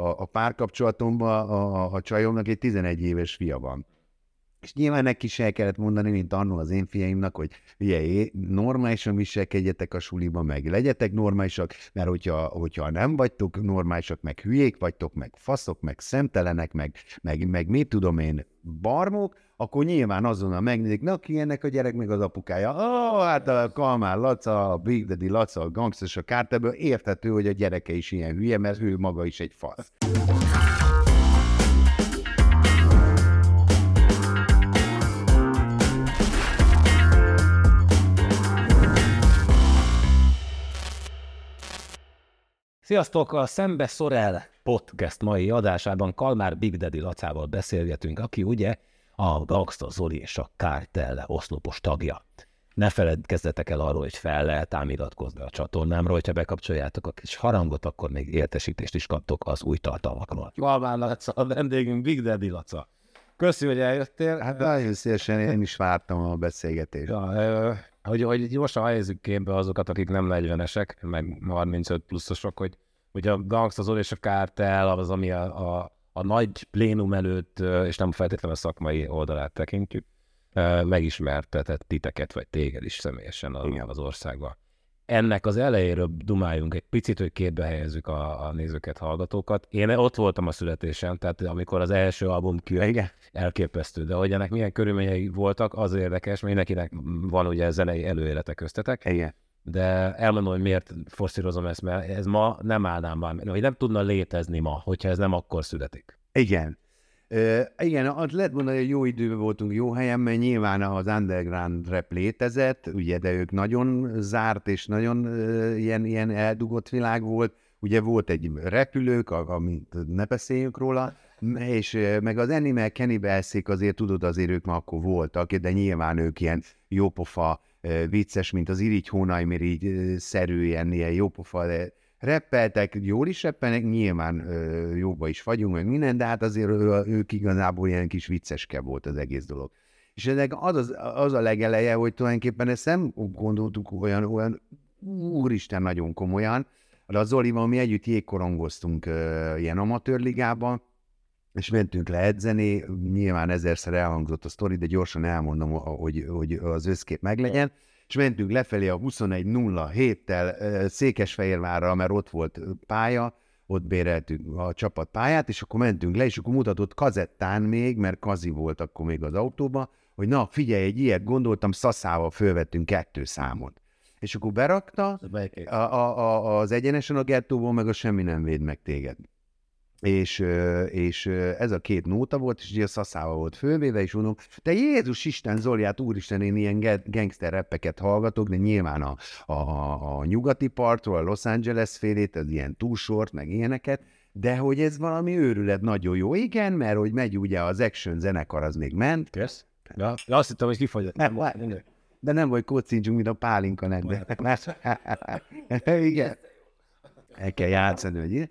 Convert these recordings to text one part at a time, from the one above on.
a párkapcsolatomban a csajomnak egy 11 éves fia van. És nyilván neki is el kellett mondani, mint annól az én fiaimnak, hogy ugye, normálisan viselkedjetek a suliba, meg legyetek normálisak, mert hogyha nem vagytok normálisak, meg hülyék vagytok, meg faszok, meg szemtelenek, meg mit tudom én, barmok, akkor nyilván azonnal megnézik, na ki ennek a gyerek, meg az apukája. Hát a Kalmár Laca, a Big Daddy Laca, a Gangsters, a Carterből érthető, hogy a gyereke is ilyen hülye, mert ő maga is egy fasz. Sziasztok! A Szembe Szorel podcast mai adásában Kalmár Big Daddy Lacával beszélgetünk, aki ugye a Gangsta Zoli és a Kártel oszlopos tagja. Ne feledkezzetek el arról, hogy fel lehet ám iratkozni a csatornámra, hogyha bekapcsoljátok a kis harangot, akkor még értesítést is kaptok az új tartalmakról. Kalmár Laca, a vendégünk Big Daddy Laca. Köszi, hogy eljöttél. Hát nagyon szívesen, én is vártam a beszélgetést. Ja, hogy gyorsan helyezzük képbe azokat, akik nem 40-esek, meg 35 pluszosok, hogy a Gangsta Zoli és a Kártel az, ami a nagy plénum előtt, és nem feltétlenül a szakmai oldalát tekintjük, megismertetett titeket, vagy téged is személyesen az országban. Ennek az elejéről dumáljunk egy picit, hogy képbe helyezzük a nézőket, hallgatókat. Én ott voltam a születésem, tehát amikor az első album kijött, elképesztő, de hogy ennek milyen körülményei voltak, az érdekes, mert mindenkinek van ugye zenei előélete köztetek. Igen. De elmondom, hogy miért forszírozom ezt, mert ez ma nem állnám már, hogy nem tudna létezni ma, hogyha ez nem akkor születik. Igen. Igen, azt lehet mondani, hogy jó időben voltunk, jó helyen, mert nyilván az underground rap létezett, ugye, de ők nagyon zárt és nagyon ilyen eldugott világ volt. Ugye volt egy repülők, amit ne beszéljünk róla, és meg az Animal Cannibals-ék azért tudod, azért ők már akkor voltak, de nyilván ők ilyen jópofa, vicces, mint az Irigy Hónajmér így szerű, ilyen jópofa, reppeltek, jól is reppelnek, nyilván jóba is vagyunk, meg minden, de hát azért ők igazából ilyen kis vicceske volt az egész dolog. És ennek az a legeleje, hogy tulajdonképpen ezt nem gondoltuk olyan úristen nagyon komolyan, de a Zolival mi együtt jégkorongoztunk ilyen amatőrligában, és mentünk le edzeni, nyilván ezerszer elhangzott a sztori, de gyorsan elmondom, hogy az összkép meglegyen, és mentünk lefelé a 21.07-tel Székesfehérvárra, mert ott volt pálya, ott béreltük a csapatpályát, és akkor mentünk le, és akkor mutatott kazettán még, mert kazi volt akkor még az autóban, hogy na figyelj, egy ilyet gondoltam, szaszával fölvettünk 2 számot. És akkor berakta az Egyenesen a gettóból, meg a Semmi nem véd meg téged. És ez a 2 nóta volt, és ugye a szaszával volt fölvéve, és mondom, te Jézus Isten, Zoliát, úristen, én ilyen gangster rappeket hallgatok, de nyilván a nyugati partról, a Los Angeles félét, az ilyen Too Short, meg ilyeneket, de hogy ez valami őrület, nagyon jó. Igen, mert hogy megy ugye az Action zenekar, az még ment. Kész? Ja, azt hittem, hogy kifogyott. De nem vagy kocincsunk, mint a pálinka nedbe. Igen. El kell játszani, hogy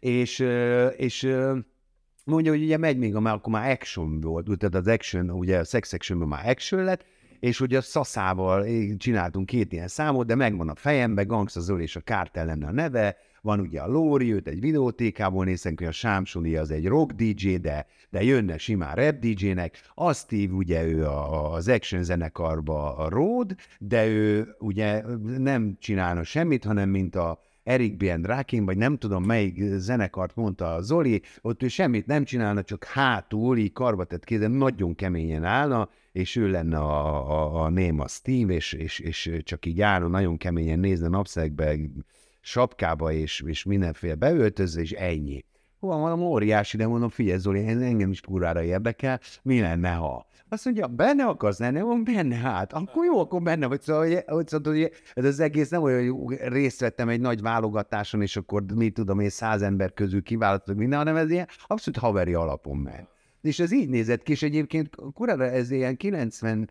és mondja, hogy ugye megy még, akkor már action volt, tehát az action, ugye a Sex Actionben már action lett, és ugye a szaszával csináltunk 2 ilyen számot, de megvan a fejemben, Gangsta Zoli és a Kártel lenne a neve, van ugye a Lóri, őt egy videótékából nézünk, hogy a Sámsuli az egy rock DJ, de jönne simán rap DJ-nek, a Steve ugye ő az action zenekarba a Road, de ő ugye nem csinálna semmit, hanem mint a Eric B. and Rakim, vagy nem tudom melyik zenekart mondta a Zoli, ott ő semmit nem csinálna, csak hátul, így karbatett kézen, nagyon keményen állna, és ő lenne a néma Steve, és csak így állna, nagyon keményen nézne napszegbe, sapkába, és mindenféle beöltözve, és ennyi. Mondom, óriási, de mondom, figyelj Zoli, engem is kurvára érdekel, mi lenne, ha? Azt mondja, benne akarsz lenni? Mondom, benne hát. Akkor jó, akkor benne vagy. Szóval, hogy ez az egész nem olyan, hogy részt vettem egy nagy válogatáson, és akkor mit tudom én 100 ember közül kiválasztottak minden, hanem ez ilyen abszolút haveri alapon ment. És ez így nézett ki, és egyébként korábban ez ilyen 94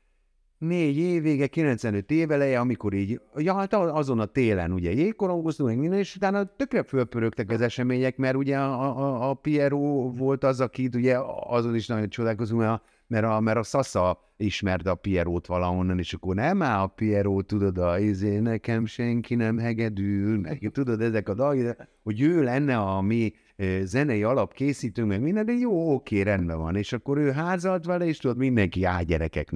év vége, 95 év eleje, amikor így, ja, hát azon a télen ugye jégkorongoztunk, meg minden, és utána tökre fölpörögtek az események, mert ugye a Piero volt az, akit ugye azon is nagyon csodálkozunk, mert a Sasa ismerte a Pierót valahonnan, és akkor nem áll a Pieró, tudod, nekem senki nem hegedül, meg tudod, ezek a dolgok, hogy ő lenne a mi zenei alap készítünk, meg minden, de jó, oké, rendben van. És akkor ő házalt vele, és tudod, mindenki, gyerekek,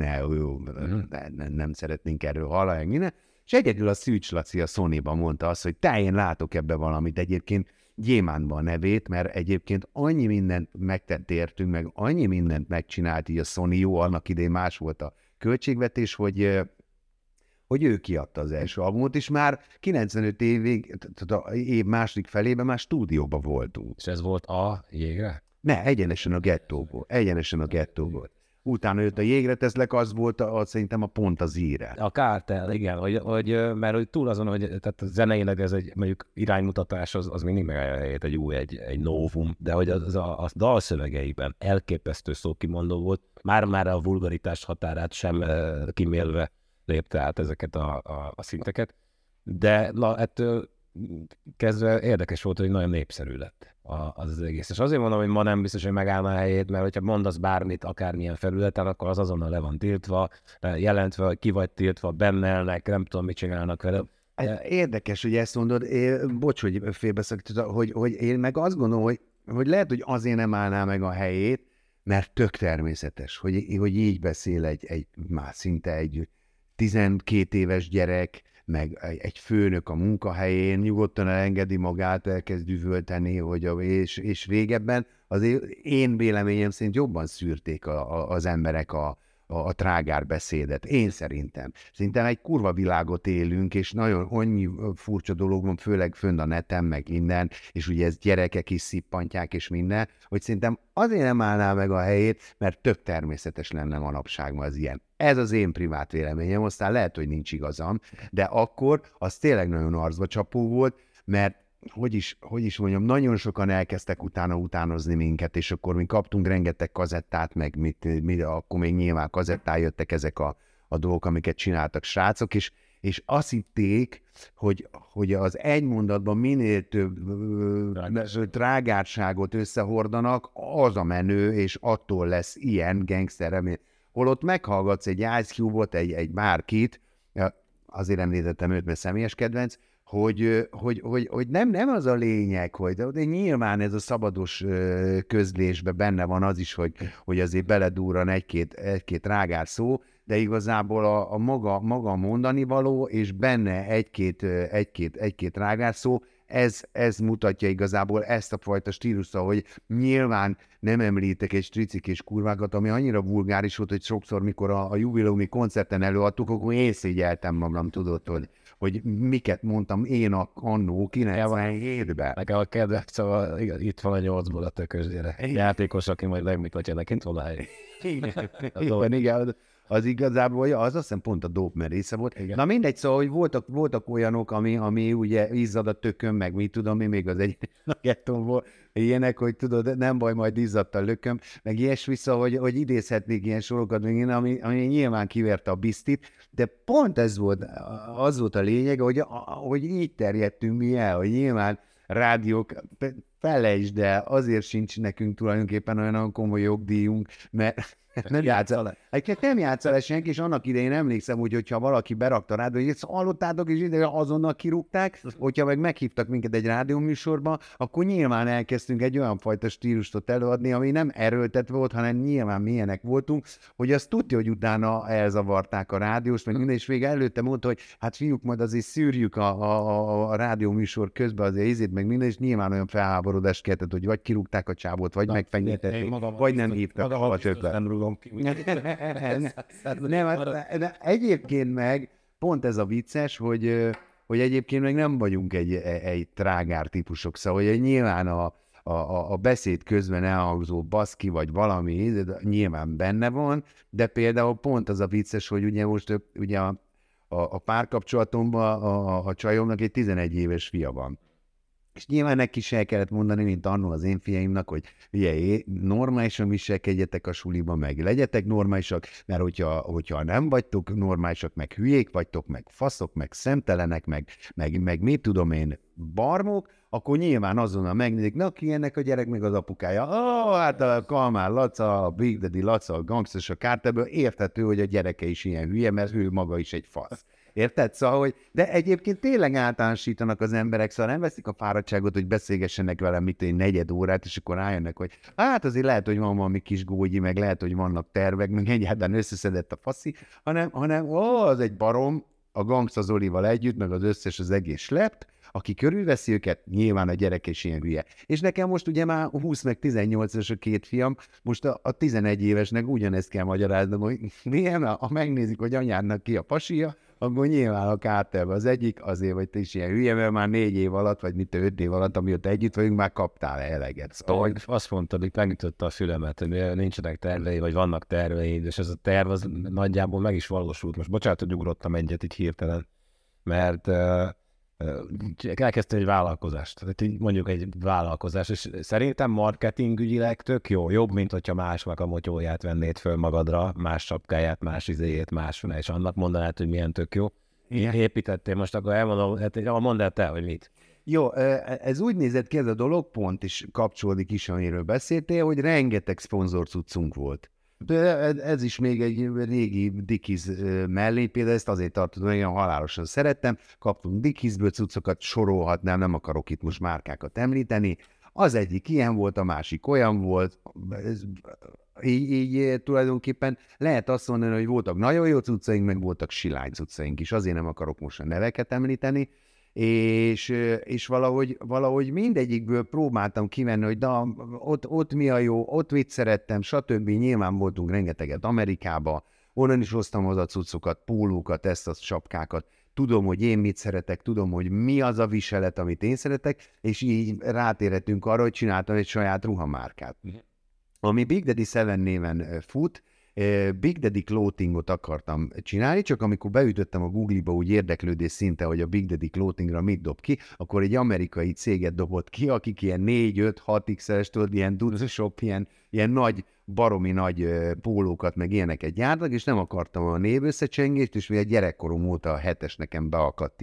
nem szeretnénk erről hallani, minden. És egyedül a Szűcs Laci a Sony-ban mondta azt, hogy én látok ebbe valamit. Egyébként gyémántban a nevét, mert egyébként annyi mindent megtett értünk, meg annyi mindent megcsinált így a Sony, jó, annak idején más volt a költségvetés, hogy ő kiadta az első albumot, és már 95 évig, tehát a év második felében már stúdióban voltunk. És ez volt a Jégre? Ne, egyenesen a gettóból. Utána jött a Jégre Teszlek, az volt szerintem a pont az íre. A Kártel, igen, mert hogy túl azon, hogy tehát zeneileg ez egy mondjuk iránymutatás, az mindig megállja egy novum, de hogy a dalszövegeiben elképesztő szókimondó volt, már a vulgaritás határát sem kimélve lépte át ezeket a szinteket, de ettől kezdve érdekes volt, hogy nagyon népszerű lett az egész. És azért mondom, hogy ma nem biztos, hogy megállna a helyét, mert hogyha mondasz bármit, akármilyen felületen, akkor az azonnal le van tiltva, jelentve, hogy ki vagy tiltva, bennelnek, nem tudom, mit csinálnak vele. Érdekes, hogy ezt mondod, bocs, hogy félbeszakítottam, hogy én meg azt gondolom, hogy lehet, hogy azért nem állná meg a helyét, mert tök természetes, hogy így beszél már szinte egy 12 éves gyerek, meg egy főnök a munkahelyén, nyugodtan elengedi magát, elkezd üvölteni, és régebben azért én véleményem szerint jobban szűrték az emberek a trágár beszédet. Én szerintem. Szerintem egy kurva világot élünk, és nagyon annyi furcsa dolog van, főleg fönn a neten, meg innen, és ugye ez gyerekek is szippantják, és minden, hogy szerintem azért nem állná meg a helyét, mert több természetes lenne manapságban az ilyen. Ez az én privát véleményem, aztán lehet, hogy nincs igazam, de akkor az tényleg nagyon arcba csapó volt, mert hogy is mondjam, nagyon sokan elkezdtek utánozni minket, és akkor mi kaptunk rengeteg kazettát, meg akkor még nyilván kazettá jöttek ezek a dolgok, amiket csináltak srácok, és azt hitték, hogy az egy mondatban minél több trágárságot összehordanak, az a menő, és attól lesz ilyen gangster, holott meghallgatsz egy Ice Cube-ot, egy bárkit, azért említettem őt, mert személyes kedvenc, hogy nem az a lényeg, de nyilván ez a szabados közlésben benne van az is, hogy azért beledúran egy-két rágár szó, de igazából a maga mondani való, és benne egy-két rágár szó, ez mutatja igazából ezt a fajta stílust, hogy nyilván nem említek egy stricikés kurvákat, ami annyira vulgáris volt, hogy sokszor, mikor a jubileumi koncerten előadtuk, akkor én szégyeltem magam, tudod, hogy miket mondtam én annó 97-ben. Nekem a kedvenc, szóval itt van a 8-ból a tökös gyerek. Játékos, aki majd megmutatja nekint volna. Igen, az igazából, az azt hiszem pont a dópmerésze volt. Igen. Na mindegy, szóval, hogy voltak olyanok, ami ugye izzad a tököm, meg mit tudom én, még az egy gettóból ilyenek, hogy tudod, nem baj, majd izzadt a lököm, meg ilyesmi, szóval, hogy idézhetnék ilyen sorokat, még én, ami nyilván kiverte a bisztit, de pont az volt a lényeg, hogy így terjedtünk mi el, hogy nyilván rádiók, felejtsd, de azért sincs nekünk tulajdonképpen olyan komoly jogdíjunk, mert nem játszol le senki, és annak idején emlékszem, hogyha valaki berakta rádió, hogy ezt hallottátok, és ide azonnal kirúgták, hogyha meg meghívtak minket egy rádióműsorba, akkor nyilván elkezdtünk egy olyan fajta stílustot előadni, ami nem erőltetve volt, hanem nyilván milyenek voltunk, hogy azt tudja, hogy utána elzavarták a rádióst, meg minden, és még előtte mondta, hogy hát fiúk, majd azért szűrjük a rádióműsor közben azért ízét, meg minden, és nyilván olyan felháborodást keltett, hogy vagy kirúgták a csábot, vagy megfenyítették, vagy nem hívtak a csöklet. Nem, egyébként meg pont ez a vicces, hogy egyébként meg nem vagyunk egy trágár típusok, szóval hogy nyilván a beszéd közben elhangzó baszki, vagy valami, nyilván benne van, de például pont az a vicces, hogy ugye most ugye a párkapcsolatomban a csajomnak egy 11 éves fia van. És nyilván neki is el kellett mondani, mint annól az én fiaimnak, hogy ugye, normálisan viselkedjetek a suliba, meg legyetek normálisak, mert hogyha nem vagytok normálisak, meg hülyék vagytok, meg faszok, meg szemtelenek, meg mit tudom én, barmok, akkor nyilván azonnal megnézik, na ki ennek a gyerek, meg az apukája. Hát a Kalmár Laca, a Big Daddy Laca, a Gangsters, a Kárterből érthető, hogy a gyereke is ilyen hülye, mert ő maga is egy fasz. Érted? Szóval, hogy de egyébként tényleg általánosítanak az emberek, szóval nem veszik a fáradtságot, hogy beszélgessenek velem egy negyed órát, és akkor rájönnek, hogy hát azért lehet, hogy van valami kis gógyi, meg lehet, hogy vannak tervek, meg egyáltalán összeszedett a faszi, hanem az egy barom, a Gangsta Zolival együtt, meg az összes, az egész lept, aki körülveszi őket, nyilván a gyerek is ilyen hülye. És nekem most ugye már 20 meg 18-as a két fiam, most a 11 évesnek ugyanezt kell magyaráznom, hogy milyen, ha megnézik, hogy anyádnak ki a pasia, akkor nyilván a kártelbe az egyik, azért vagy te is ilyen hülye, mert már 4 év alatt, vagy 5 év alatt, amióta együtt vagyunk, már kaptál eleget. Szóval azt mondtad, hogy megütötte a fülemet, hogy nincsenek tervei, vagy vannak terveid, és ez a terv az nagyjából meg is valósult. Most bocsánat, hogy ugrottam egyet így hirtelen, mert elkezdtem egy vállalkozást, tehát így mondjuk egy vállalkozás, és szerintem marketingügyileg tök jó, jobb, mint hogyha másnak a motyóját vennéd föl magadra, más sapkáját, más izéjét, más, és annak mondanád, hogy milyen tök jó. Igen. Építettél, most akkor elmondom, hát mondd el te, hogy mit. Jó, ez úgy nézett ki ez a dolog, pont is kapcsolódik is, amiről beszéltél, hogy rengeteg szponzorcuccunk volt. De ez is még egy régi Dickies mellé, például ezt azért tartottam, hogy olyan halálosan szerettem, kaptunk Dickiesből cuccokat, sorolhatnám, nem akarok itt most márkákat említeni. Az egyik ilyen volt, a másik olyan volt, így tulajdonképpen lehet azt mondani, hogy voltak nagyon jó cuccaink, meg voltak silány cuccaink is, azért nem akarok most a neveket említeni, és valahogy mindegyikből próbáltam kivenni, hogy ott mi a jó, ott mit szerettem, stb. Nyilván voltunk rengeteget Amerikába, onnan is hoztam haza cuccokat, pólókat, ezt a sapkákat, tudom, hogy én mit szeretek, tudom, hogy mi az a viselet, amit én szeretek, és így rátérhetünk arra, hogy csináltam egy saját ruhamárkát. Ami Big Daddy 7 néven fut, Big Daddy Clothingot akartam csinálni, csak amikor beütöttem a Google-ba úgy érdeklődés szinte, hogy a Big Daddy Clothingra mit dob ki, akkor egy amerikai céget dobott ki, akik ilyen 4-5-6x-es, tudod, ilyen shop, ilyen nagy, baromi nagy pólókat, meg ilyeneket gyártak, és nem akartam a névösszecsengést, és mivel gyerekkorom óta a 7-es nekem beakadt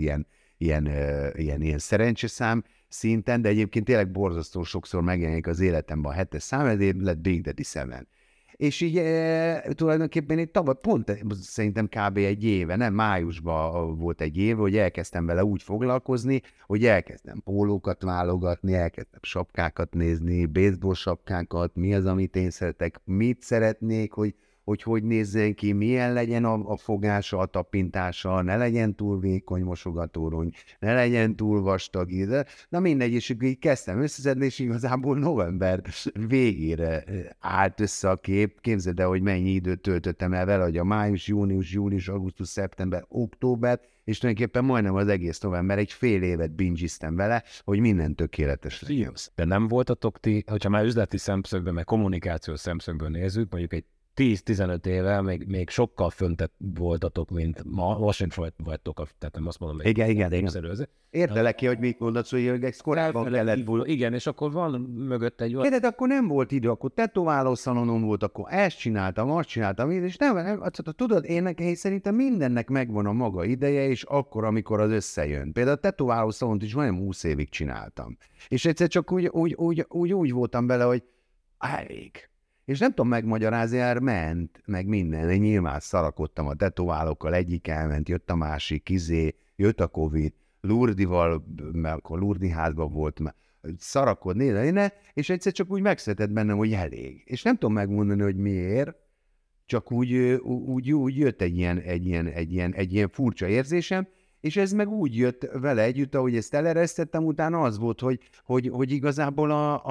ilyen szerencseszám szinten, de egyébként tényleg borzasztó sokszor megjelenik az életemben a 7-es szám, ezért lett Big Daddy 7. És így tulajdonképpen egy tavaly, pont szerintem kb. Egy éve, nem, májusban volt egy év, hogy elkezdtem vele úgy foglalkozni, hogy elkezdtem pólókat válogatni, elkezdtem sapkákat nézni, baseball sapkákat, mi az, amit én szeretek, mit szeretnék, hogy nézzen ki, milyen legyen a fogása, a tapintása, ne legyen túl vékony mosogatórony, ne legyen túl vastag íze. Na mindegy, és így kezdtem összeszedni, és igazából november végére állt össze a kép. Képzeld el, hogy mennyi időt töltöttem el vele, hogy a május, június, július, augusztus, szeptember, október, és tulajdonképpen majdnem az egész november, egy fél évet bingiztem vele, hogy minden tökéletes legyen. De nem voltatok ti, hogyha már üzleti szemszögben, meg kommunikációs szemszögből nézzük, mondjuk egy 10-15 éve még sokkal föntebb voltatok, mint ma. Most sem vagytok, tehát nem azt mondom, hogy igen. Értelek ki, hogy mit mondasz, hogy ez korábban kellett volna. Igen, és akkor van mögött egy olyan... De akkor nem volt idő, akkor tetováló szalonom volt, akkor ezt csináltam, azt csináltam, és nem tudod, én szerintem mindennek megvan a maga ideje, és akkor, amikor az összejön. Például a tetováló szalont is majdnem 20 évig csináltam. És egyszer csak úgy voltam bele, hogy elég. És nem tudom megmagyarázni, mert ment, meg minden. Én nyilván szarakodtam a tetoválókkal, egyik elment, jött a másik, jött a Covid, Lurdival, mert akkor Lurdi házban volt, szarakodni, és egyszer csak úgy megszületett bennem, hogy elég. És nem tudom megmondani, hogy miért, csak úgy jött egy ilyen furcsa érzésem, és ez meg úgy jött vele együtt, ahogy ezt eleresztettem, utána az volt, hogy igazából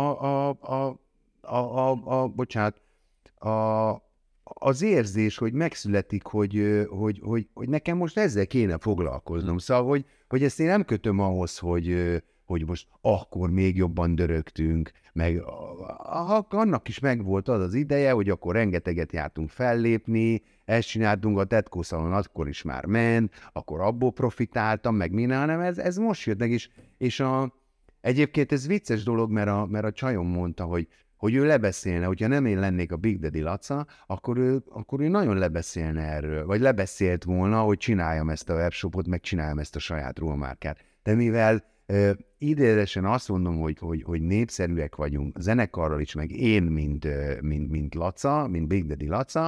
az érzés, hogy megszületik, hogy nekem most ezzel kéne foglalkoznom. Szóval, hogy ezt én nem kötöm ahhoz, hogy most akkor még jobban dörögtünk, meg annak is megvolt az ideje, hogy akkor rengeteget jártunk fellépni, ezt csináltunk, a Tetkó szalon akkor is már ment, akkor abból profitáltam, meg minden, hanem ez most jött meg is, és egyébként ez vicces dolog, mert a csajom mondta, hogy ő lebeszélne, hogyha nem én lennék a Big Daddy Laca, akkor ő nagyon lebeszélne erről, vagy lebeszélt volna, hogy csináljam ezt a webshopot, meg csináljam ezt a saját ruhamárkát. De mivel idézősen azt mondom, hogy népszerűek vagyunk, zenekarral is, meg én, mint Laca, mint Big Daddy Laca,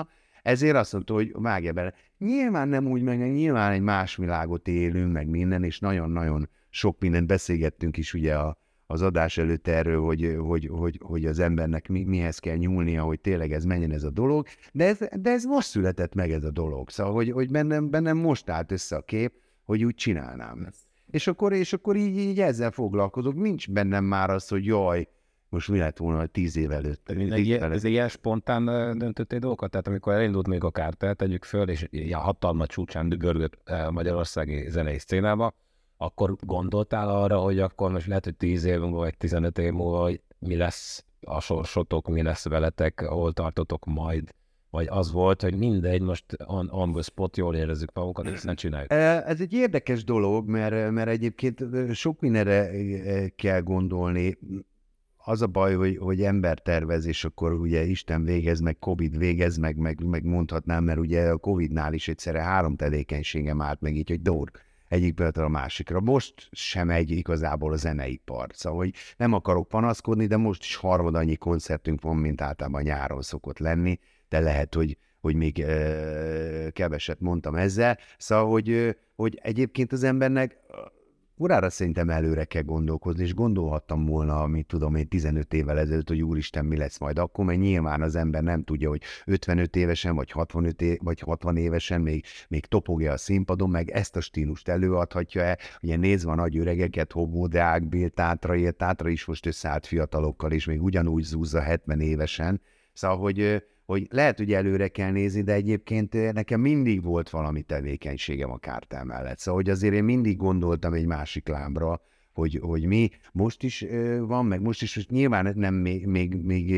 Ezért azt mondta, hogy vágja bele. Nyilván nem úgy, meg nyilván egy más világot élünk, meg minden, és nagyon-nagyon sok mindent beszélgettünk is ugye az adás előtt erről, hogy az embernek mihez kell nyúlnia, hogy tényleg ez menjen ez a dolog, de ez most született meg ez a dolog, szóval, hogy bennem most állt össze a kép, hogy úgy csinálnám. És akkor így ezzel foglalkozok, nincs bennem már az, hogy jaj, most mi lett volna 10 év előtt. Ez ilyen spontán döntöttél dolgokat? Tehát amikor elindult még a Kártel, tegyük föl, és ilyen hatalma csúcsán dübörgött magyarországi zenei szcénába, akkor gondoltál arra, hogy akkor most lehet, hogy 10 év múlva, vagy 15 év múlva, hogy mi lesz a sorsotok, mi lesz veletek, ahol tartotok majd? Vagy az volt, hogy mindegy, most on the spot, jól érezzük magunkat, és nem csináljuk. Ez egy érdekes dolog, mert egyébként sok mindenre kell gondolni. Az a baj, hogy ember tervez, és akkor ugye Isten végez, meg Covid végez, meg mondhatnám, mert ugye a Covidnál is egyszerre 3 tevékenységem állt meg így, hogy dolg egyik pillanatra a másikra. Most sem megy igazából a zeneipar. Szóval, hogy nem akarok panaszkodni, de most is harmadannyi koncertünk van, mint általában nyáron szokott lenni, de lehet, hogy még keveset mondtam ezzel. Szóval, hogy egyébként az embernek urára szerintem előre kell gondolkozni, és gondolhattam volna, amit tudom én 15 évvel ezelőtt, hogy úristen, mi lesz majd akkor, mert nyilván az ember nem tudja, hogy 55 évesen, vagy 60 évesen még topogja a színpadon, meg ezt a stílust előadhatja-e. Ugye nézve a nagy öregeket, Hobó, Deák, Bél, Tátra is most összeállt fiatalokkal, és még ugyanúgy zúzza 70 évesen. Szóval, hogy lehet, hogy előre kell nézni, de egyébként nekem mindig volt valami tevékenységem a Kártel mellett. Szóval, hogy azért én mindig gondoltam egy másik lábra, hogy mi most is van, meg most is, hogy nyilván nem még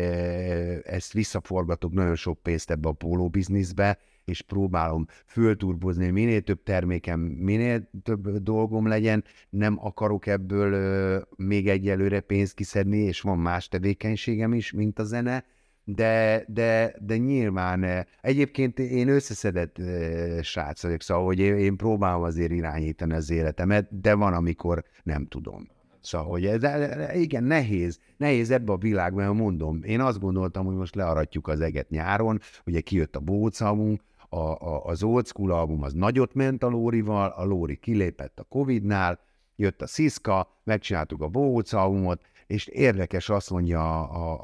ezt visszaforgatok nagyon sok pénzt ebbe a póló bizniszbe, és próbálom fölturbozni, minél több termékem, minél több dolgom legyen, nem akarok ebből még egyelőre pénzt kiszedni, és van más tevékenységem is, mint a zene, de nyilván egyébként én összeszedett srác vagyok, szóval, hogy én próbálom azért irányítani az életemet, de van, amikor nem tudom. Szóval, hogy igen, nehéz ebbe a világban, mondom. Én azt gondoltam, hogy most learatjuk az eget nyáron, ugye kijött a Bóc album, az Old School album az nagyot ment a Lórival, a Lóri kilépett a Covidnál, jött a Sziszka, megcsináltuk a Bóc albumot, és érdekes, azt mondja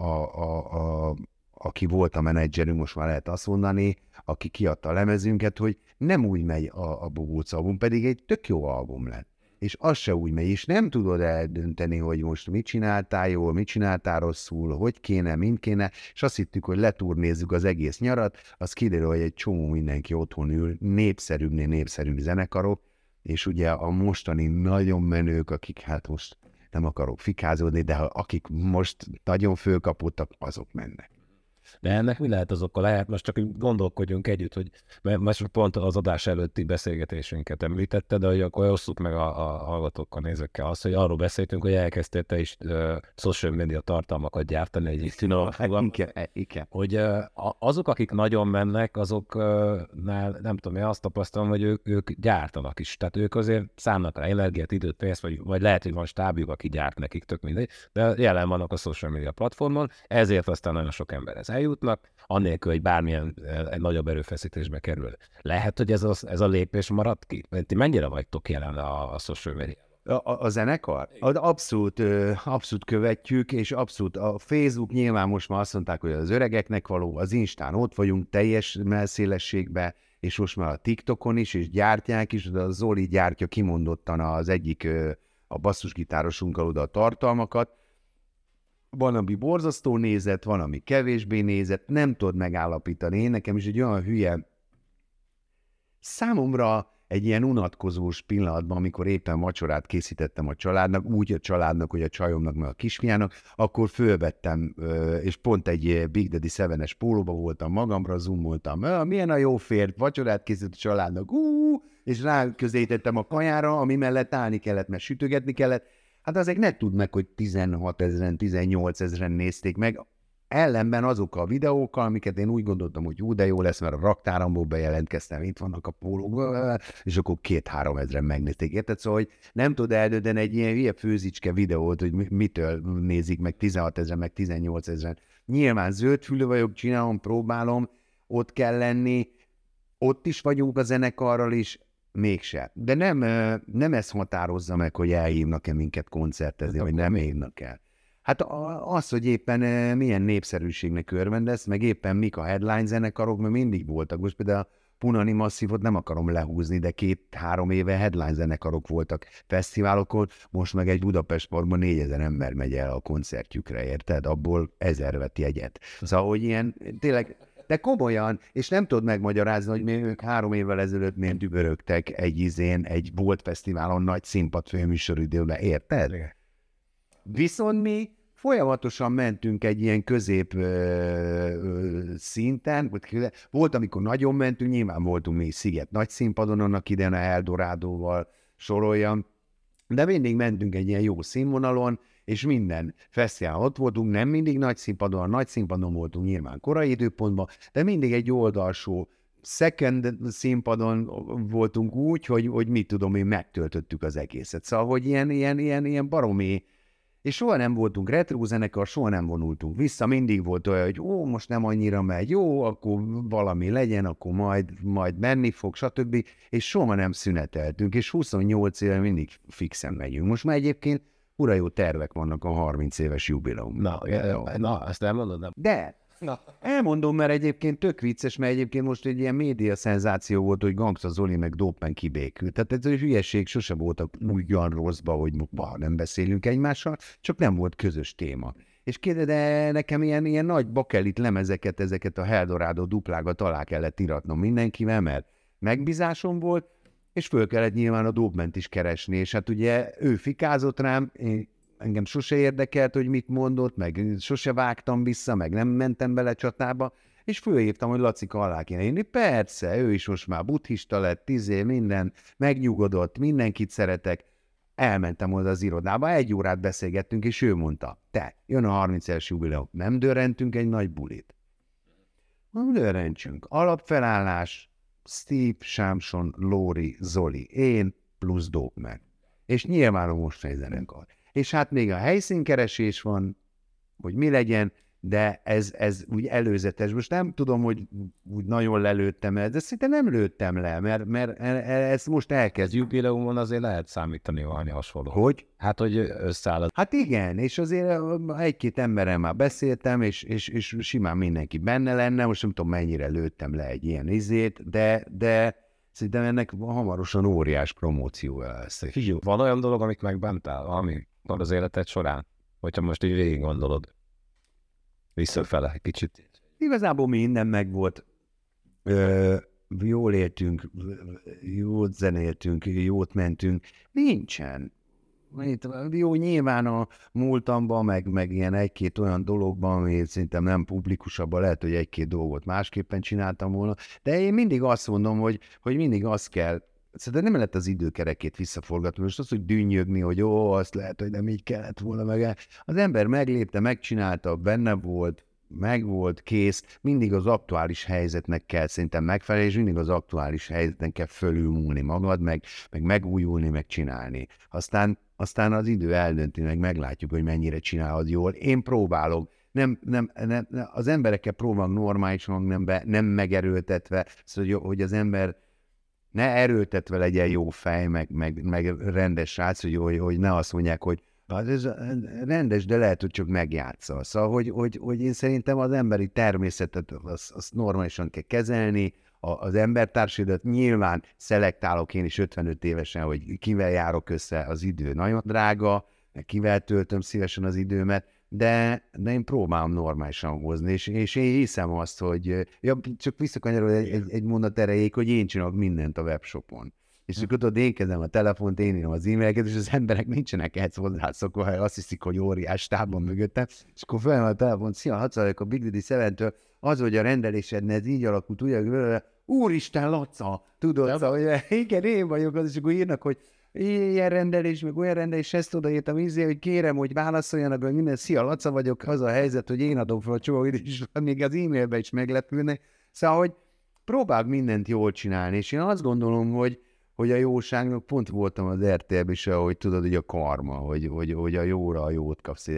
aki volt a menedzserünk, most már lehet azt mondani, aki kiadta a lemezünket, hogy nem úgy megy a Bogóc album, pedig egy tök jó album lett. És az se úgy megy, és nem tudod eldönteni, hogy most mit csináltál jól, mit csináltál rosszul, hogy kéne, mint kéne, és azt hittük, hogy leturnézzük az egész nyarat, az kiderül, hogy egy csomó mindenki otthon ül, népszerűbbnél népszerűbb zenekarok, és ugye a mostani nagyon menők, akik hát most nem akarok fikázódni, de akik most nagyon fölkapottak, azok mennek. De ennek mi lehet az oka? Lehet, most csak gondolkodjunk együtt, hogy mert most pont az adás előtti beszélgetésünket említette, de hogy akkor osszuk meg a hallgatókkal, nézőkkel azt, hogy arról beszéltünk, hogy elkezdtél te is social media tartalmakat gyártani egy Igen. hogy azok, akik nagyon mennek, azoknál nem tudom, én azt tapasztalom, hogy ők gyártanak is. Tehát ők azért számnak rá energiát, időt, pénzt, vagy lehet, hogy van stábjuk, aki gyárt nekik, tök mindegy, de jelen vannak a social media platformon, ezért aztán nagyon sok emberhez eljutnak, annélkül, hogy bármilyen egy nagyobb erőfeszítésbe kerül. Lehet, hogy ez a lépés maradt ki? Ti mennyire vagytok jelen a social media? A zenekar? Abszolút követjük, és abszolút a Facebook nyilván most már azt mondták, hogy az öregeknek való, az Instán ott vagyunk teljes melszélességben, és most már a TikTokon is, és gyártják is, de a Zoli gyártja kimondottan az egyik a basszusgitárosunkkal oda a tartalmakat. Van, ami borzasztó nézett, van, ami kevésbé nézett, nem tudod megállapítani. Én nekem is egy olyan hülye, számomra egy ilyen unatkozós pillanatban, amikor éppen vacsorát készítettem a családnak, úgy a családnak, hogy a csajomnak, meg a kisfiának, akkor fölvettem, és pont egy Big Daddy 7-es pólóba voltam magamra, zoomoltam, milyen a jó férj, vacsorát készített a családnak, és ráközelítettem a kajára, ami mellett állni kellett, mert sütögetni kellett. Hát azért ne tudd meg, hogy 16 000, 18 000 nézték meg. Ellenben azok a videókkal, amiket én úgy gondoltam, hogy de jó lesz, mert a raktáramból bejelentkeztem, itt vannak a pólók, és akkor 2-3 ezeren megnézték. Érted? Szóval, hogy nem tud eldönteni egy ilyen főzicske videót, hogy mitől nézik meg 16 000, meg 18 000. Nyilván zöldfülű vagyok, csinálom, próbálom. ott kell lenni, ott is vagyunk a zenekarral is, mégse. De nem ez határozza meg, hogy elhívnak-e minket koncertezni, vagy nem hívnak el. Hát az, hogy éppen milyen népszerűségnek örvendesz, meg éppen mik a headline zenekarok, mert mindig voltak. Most például a Punani Masszívot nem akarom lehúzni, de 2-3 éve headline zenekarok voltak fesztiválokon, most meg egy Budapest Parkban 4000 ember megy el a koncertjükre, érted? Abból 1000 vett jegyet. Szóval, hogy ilyen tényleg... De komolyan, és nem tudod megmagyarázni, hogy ők 3 évvel ezelőtt miért dübörögtek egy volt fesztiválon nagy színpad főműsoridőben, érted? Viszont mi folyamatosan mentünk egy ilyen közép szinten, volt, amikor nagyon mentünk, nyilván voltunk mi Sziget nagy színpadon, annak idején a Eldorádóval soroljam, de mindig mentünk egy ilyen jó színvonalon, és minden fesztiválon ott voltunk, nem mindig nagy színpadon voltunk nyilván korai időpontban, de mindig egy oldalsó second színpadon voltunk úgy, hogy mit tudom én, megtöltöttük az egészet. Szóval, hogy ilyen baromi, és soha nem voltunk retro zenekar, soha nem vonultunk vissza, mindig volt olyan, hogy most nem annyira megy, akkor valami legyen, akkor majd menni fog, stb. És soha nem szüneteltünk, és 28 éve mindig fixen megyünk. Most már egyébként ura jó tervek vannak a 30 éves jubileum. Na, ezt elmondod, nem? De elmondom, mert egyébként tök vicces, mert egyébként most egy ilyen média szenzáció volt, hogy Gangsta Zoli meg Dopeman kibékült. Tehát ez a hülyeség sose voltak ugyan rosszba, hogy nem beszélünk egymással, csak nem volt közös téma. És de nekem ilyen nagy bakelit lemezeket, ezeket a Eldorado duplágat alá kellett iratnom mindenkivel, mert megbízásom volt, és föl kellett nyilván a Dobment is keresni, és hát ugye ő fikázott rám, engem sose érdekelt, hogy mit mondott, meg sose vágtam vissza, meg nem mentem bele csatába, és fölhívtam, hogy Lacika alá kéne írni. Persze, ő is most már buddhista lett, minden, megnyugodott, mindenkit szeretek. Elmentem oda az irodába, 1 órát beszélgettünk, és ő mondta, te, jön a 30-es jubileum, nem dörrentünk egy nagy bulit? Nem dörrentsünk. Alapfelállás, Steve, Sámson, Lóri, Zoli, én plusz Dopeman. És nyilván a mostani zenekar. És hát még a helyszínkeresés van, hogy mi legyen, de ez úgy előzetes. Most nem tudom, hogy úgy nagyon lelőttem el, de szinte nem lőttem le, mert ezt most elkezd. Jubileumon azért lehet számítani valami hasonló. Hogy? Hát, hogy összeáll. Hát igen, és azért 1-2 emberrel már beszéltem, és simán mindenki benne lenne, most nem tudom, mennyire lőttem le egy ilyen izét, de szerintem ennek hamarosan óriás promóciója lesz. Figyelj, van olyan dolog, amit megbántál, ami van az életed során, hogyha most így végig gondolod? Visszafele egy kicsit. Igazából minden megvolt. Jól éltünk, jót zenéltünk, jót mentünk. Nincsen. Jó, nyilván a múltamban, meg ilyen 1-2 olyan dologban, ami szerintem nem publikusabban, lehet, hogy 1-2 dolgot másképpen csináltam volna, de én mindig azt mondom, hogy mindig azt kell, szerintem nem lehet az időkerekét visszaforgatni, most az, hogy dünnyögni, hogy azt lehet, hogy nem így kellett volna meg. Az ember meglépte, megcsinálta, benne volt, megvolt, kész, mindig az aktuális helyzetnek kell szerintem megfelelni, és mindig az aktuális helyzetnek kell fölülmúlni magad, meg megújulni, meg csinálni. Aztán az idő eldönti, meg meglátjuk, hogy mennyire csinálod jól. Én próbálok. Nem, az emberekkel próbálok normálisan, nem megerőltetve, szóval, hogy az ember ne erőltetve legyen jó fej, meg rendes srác, hogy ne azt mondják, hogy hát ez rendes, de lehet, hogy csak megjátszol. Szóval, hogy én szerintem az emberi természetet azt normálisan kell kezelni, az embertársadat nyilván szelektálok én is 55 évesen, hogy kivel járok össze, az idő nagyon drága, meg kivel töltöm szívesen az időmet, de én próbálom normálisan hozni, és én hiszem azt, hogy csak visszakanyarodni egy mondat erejéig, hogy én csinálok mindent a webshopon. És akkor tudod, én kezdem a telefont, én írom az e-maileket, és az emberek nincsenek ehhez hozzászokva, hogy azt hiszik, hogy óriás tábban mögöttem, és akkor felem a telefont, szia, hadd a Big Daddy 7-től, az, hogy a rendelésednek ez így alakult, ugye, úristen, Laca, tudod, szóval, hogy igen, én vagyok az, és akkor írnak, hogy ilyen rendelés, meg olyan rendelés, ezt odaírtam hogy kérem, hogy válaszoljanak, hogy minden, szia, Laca vagyok, az a helyzet, hogy én adom fel a csomagot, és még az e-mailbe is meglepülnek. Szóval, hogy próbálok mindent jól csinálni, és én azt gondolom, hogy a jóságnak pont voltam az RTL-ben is, ahogy tudod, hogy a karma, hogy a jóra a jót kapsz ide.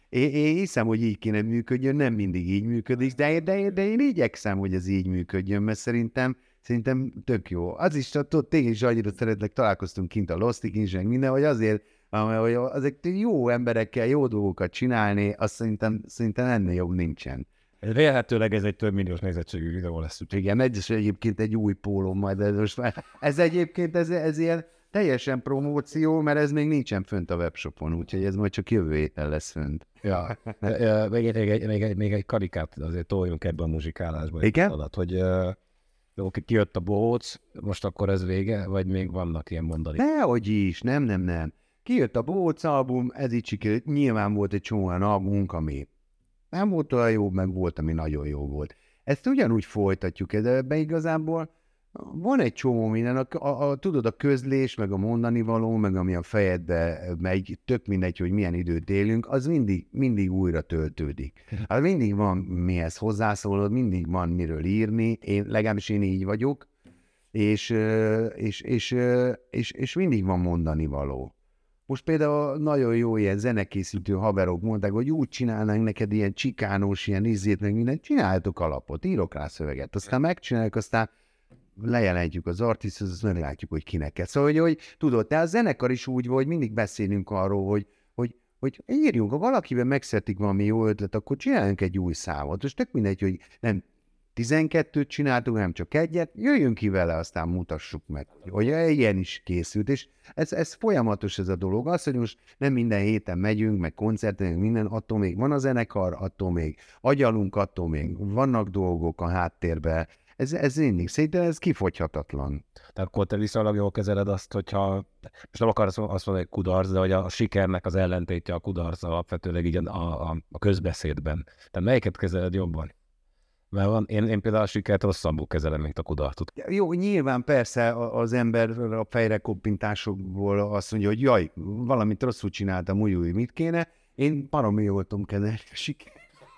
Én hiszem, hogy így kéne működjön, nem mindig így működik, de én igyekszem, hogy ez így működjön, mert szerintem tök jó. Az is, téged is annyira szeretlek, találkoztunk kint a Lostik is, meg minden, hogy azért, hogy azok jó emberekkel jó dolgokat csinálni, azt szerintem ennél jobb nincsen. Vélhetőleg ez egy több milliós nézettségű videó lesz. Igen, egyébként egy új pólóm majd, ez egyébként ez ilyen teljesen promóció, mert ez még nincsen fönt a webshopon, úgyhogy ez majd csak jövő héten lesz fönt. Ja, még egy karikát azért toljunk ebbe a muzsikálásba. Igen? Adat, hogy kijött a bohóc, most akkor ez vége, vagy még vannak ilyen mondani? Dehogy is, nem. Kijött a Bohóc album, ez így sikerült, nyilván volt egy csomó olyan albumunk, ami nem volt olyan jó, meg volt, ami nagyon jó volt. Ezt ugyanúgy folytatjuk, de igazából van egy csomó minden, tudod, a közlés, meg a mondani való, meg ami a fejedbe megy, tök mindegy, hogy milyen időt élünk, az mindig újra töltődik. Hát mindig van mihez hozzászólod, mindig van miről írni, legalábbis én így vagyok, és mindig van mondani való. Most például nagyon jó ilyen zenekészítő haverok mondták, hogy úgy csinálnánk neked ilyen csikánós, ilyen izzét, meg mindent, csináljátok alapot, írok rá szöveget, aztán megcsináljuk, aztán lejelentjük az artistot, azt meglátjuk, hogy kinek kell. Szóval, hogy tudod, de a zenekar is úgy, hogy mindig beszélünk arról, hogy írjunk, ha valakiben megszeretik valami jó ötlet, akkor csináljunk egy új számot. Most tök mindegy, hogy nem 12-t csináltunk, nem csak egyet, jöjjünk ki vele, aztán mutassuk meg, hogy ilyen is készült, és ez folyamatos ez a dolog. Az, hogy most nem minden héten megyünk, meg koncertünk, minden, attól még van a zenekar, attól még agyalunk, attól még vannak dolgok a háttérben, ez mindig, szerintem ez kifogyhatatlan. Tehát akkor te viszonylag jól kezeled azt, hogyha, most nem akarsz azt mondani, hogy kudarc, de hogy a sikernek az ellentétje a kudarc alapvetőleg így a közbeszédben. Tehát melyiket kezeled jobban? Mert én például a sikert rosszabbul kezelem, mint a kudarcot. Jó, nyilván persze az ember a fejre koppintásokból azt mondja, hogy jaj, valamit rosszul csináltam, új, mit kéne. Én baromi jól tudom kezelni a sikert.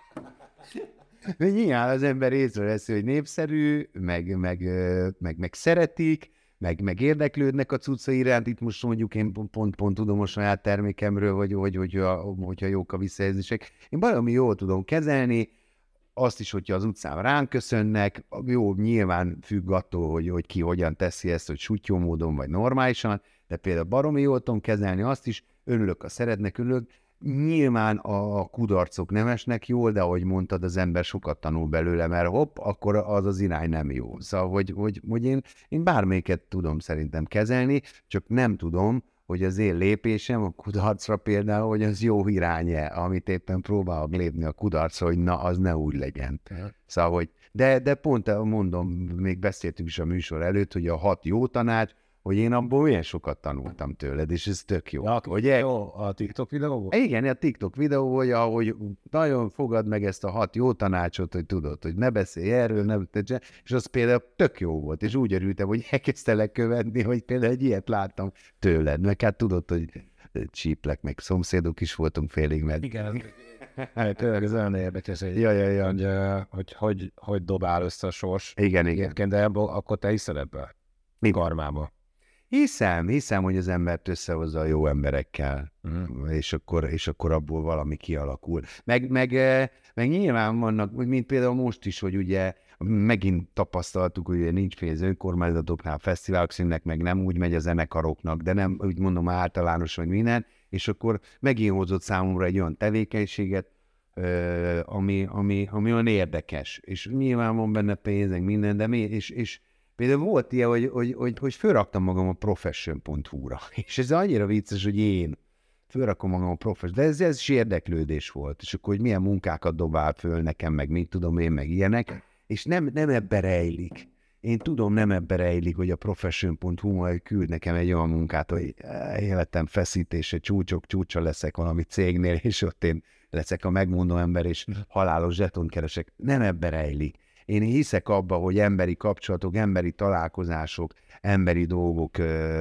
Nyilván az ember észreveszi, hogy népszerű, meg szeretik, meg érdeklődnek a cucca iránt. Itt most mondjuk én pont tudom a saját termékemről, hogyha jók a visszajelzések. Én baromi jól tudom kezelni, azt is, hogyha az utcán ránk köszönnek, jó, nyilván függ attól, hogy ki hogyan teszi ezt, hogy sutyó módon, vagy normálisan, de például baromi jól tudom kezelni azt is, örülök, ha szeretnek, örülök. Nyilván a kudarcok nem esnek jól, de ahogy mondtad, az ember sokat tanul belőle, mert hopp, akkor az irány nem jó. Szóval, hogy én bármelyiket tudom szerintem kezelni, csak nem tudom, hogy az én lépésem a kudarcra például, hogy az jó irány-e, amit éppen próbálok lépni a kudarcra, hogy na, az ne úgy legyen. Szóval, hogy de pont mondom, még beszéltünk is a műsor előtt, hogy a 6 jó tanács, hogy én abból olyan sokat tanultam tőled, és ez tök jó. Ja, ugye? Jó, a TikTok videóból? Igen, a TikTok videó, hogy nagyon fogad meg ezt a 6 jó tanácsot, hogy tudod, hogy ne beszélj erről, és az például tök jó volt, és úgy örültem, hogy elkezdtelek követni, hogy például egy ilyet láttam tőled, meg hát tudod, hogy csíplek, meg szomszédok is voltunk félig, mert... Igen, tényleg ez olyan érdekes, hogy dobál össze a sors. Igen. De akkor te hiszel ebbe? Mi karmába? Hiszem, hogy az embert összehozza a jó emberekkel, és akkor abból valami kialakul. Meg nyilván vannak, mint például most is, hogy ugye megint tapasztaltuk, hogy ugye nincs pénz önkormányzatoknál, fesztiválok színnek, meg nem úgy megy a zenekaroknak, de nem úgy mondom általános, vagy minden, és akkor megint hozott számomra egy olyan tevékenységet, ami olyan érdekes, és nyilván van benne pénz, meg minden, de és például volt ilyen, hogy fölraktam magam a profession.hu-ra, és ez annyira vicces, hogy én fölrakom magam a profession, de ez is érdeklődés volt, és akkor, hogy milyen munkákat dobál föl nekem, meg mit tudom én, meg ilyenek, és nem ebbe rejlik. Én tudom, nem ebbe rejlik, hogy a profession.hu majd küld nekem egy olyan munkát, hogy életem feszítése, csúcsa leszek valami cégnél, és ott én leszek a megmondó ember, és halálos zsetont keresek. Nem ebbe rejlik. Én hiszek abba, hogy emberi kapcsolatok, emberi találkozások, emberi dolgok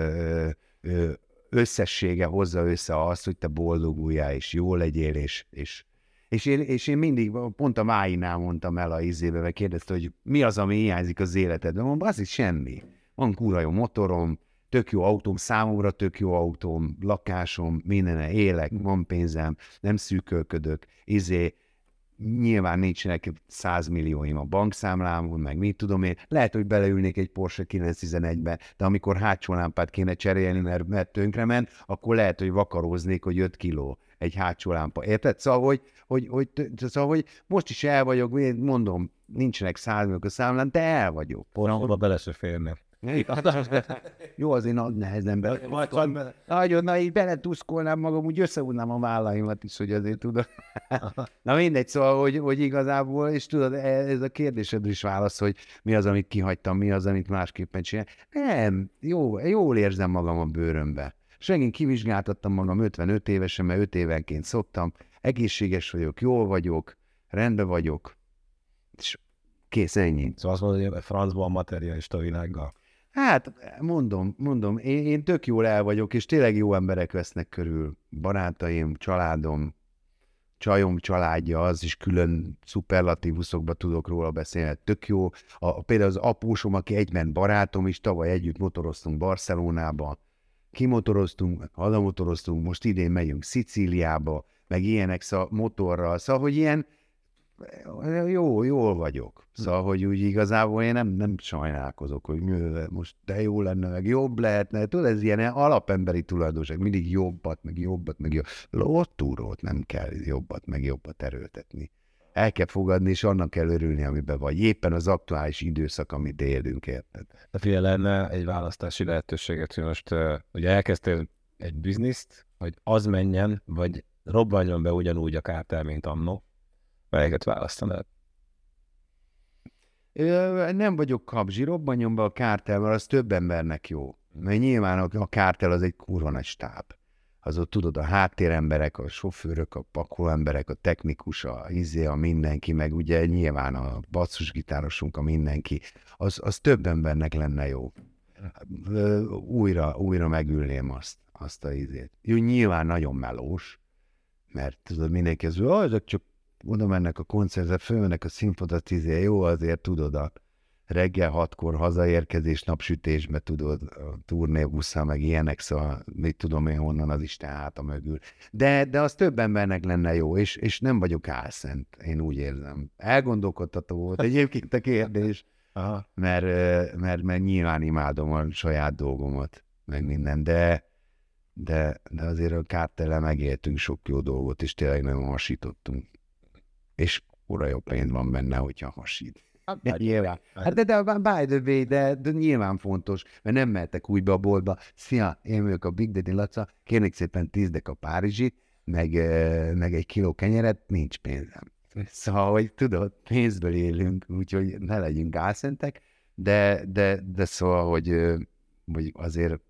összessége hozza össze azt, hogy te boldoguljál, és jó legyél, és én mindig, pont a Máinál mondtam el a izébe, mert kérdezte, hogy mi az, ami hiányzik az életedben. Mondom, az is semmi. Van kurva jó motorom, tök jó autóm, számomra tök jó autóm, lakásom, mindene, élek, van pénzem, nem szűkölködök, nyilván nincsenek 100 millióim a bankszámlámon, meg mit tudom én, lehet, hogy beleülnék egy Porsche 911-be, de amikor hátsó lámpát kéne cserélni, mert tönkrement, akkor lehet, hogy vakaróznék, hogy 5 kiló egy hátsó lámpa. Érted? Szóval, hogy most is el vagyok, mondom, nincsenek 100 milliók a számlán, de el vagyok. Pornóba bele se férnek. Jó, azért nagy nehezen nagyon, így beletuszkolnám magam, úgy összehúznám a vállaimat is, hogy azért tudod. Na mindegy, szóval, hogy igazából, és tudod, ez a kérdésedre is válasz, hogy mi az, amit kihagytam, mi az, amit másképpen csinál. Nem, jól érzem magam a bőrömbe. És megint kivizsgáltattam magam 55 évesen, mert 5 évenként szoktam, egészséges vagyok, jól vagyok, rendben vagyok, és kész, ennyi. Szóval azt mondod, hogy francban materialista világgal. Hát, mondom, én tök jól el vagyok, és tényleg jó emberek vesznek körül. Barátaim, családom, csajom családja, az is külön szuperlatívuszokba tudok róla beszélni, tök jó. Például az apósom, aki egyben barátom is, tavaly együtt motoroztunk Barcelonába, kimotoroztunk, hazamotoroztunk, most idén megyünk Szicíliába, meg ilyenek, szóval motorral, szóval, hogy ilyen jól vagyok. Szóval, hogy úgy igazából én nem sajnálkozok, hogy most de jó lenne, meg jobb lehetne. Tudod, ez ilyen alapemberi tulajdonság, mindig jobbat. Lottúrót nem kell jobbat erőltetni. El kell fogadni, és annak kell örülni, amiben vagy. Éppen az aktuális időszak, amit élünk, érted? De figyelj, lenne egy választási lehetőséget, hogy most ugye elkezdtél egy bizniszt, hogy az menjen, vagy robbanjon be ugyanúgy a kártel, mint annó. Melyiket választanád? Nem vagyok kapzsi, robbanjon be a kártel, mert az több embernek jó. Mert nyilván a kártel az egy kurva nagy stáb. Az ott tudod, a háttéremberek, a sofőrök, a pakolóemberek, a technikus, a mindenki, meg ugye nyilván a basszusgitárosunk, a mindenki, az több embernek lenne jó. Újra megülném azt a izét. Jó, nyilván nagyon melós, mert tudod, mindenki az, ezek csak oda mennek a koncertre, fölmennek a színpadat, jó, azért tudod, a reggel 6-kor hazaérkezés napsütésbe, tudod, a turnébusszal, meg ilyenek, szóval mit tudom én honnan az Isten háta mögül. De az több embernek lenne jó, és nem vagyok álszent, én úgy érzem. Elgondolkodtató volt egyébként a kérdés, mert nyilván imádom a saját dolgomat, meg minden, de azért a kártellel megéltünk sok jó dolgot, és tényleg nagyon hasítottunk. És ura jó pénz van benne, hogyha hasít. Nyilván. De by the way, de nyilván fontos, mert nem mehetek úgy be a boltba. Szia, én vagyok a Big Daddy Laca, kérnék szépen 10 deka Párizsit, meg egy kiló kenyeret, nincs pénzem. Szóval, hogy tudod, pénzből élünk, úgyhogy ne legyünk álszentek, de szóval, hogy azért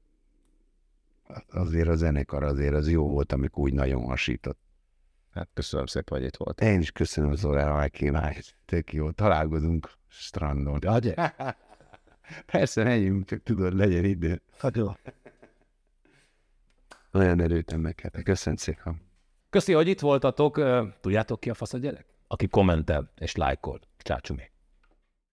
a zenekar azért az jó volt, amikor úgy nagyon hasított. Hát köszönöm szépen, hogy itt volt. Én is köszönöm az órán a meghívást. Tök jó, találkozunk strandon. Persze, menjünk, csak tudod, legyen idő. Hát jó. Nagyon erőtemeket. Köszönöm szépen. Köszi, hogy itt voltatok. Tudjátok ki a fasz a gyerek? Aki kommentel és lájkol. Csácsumé.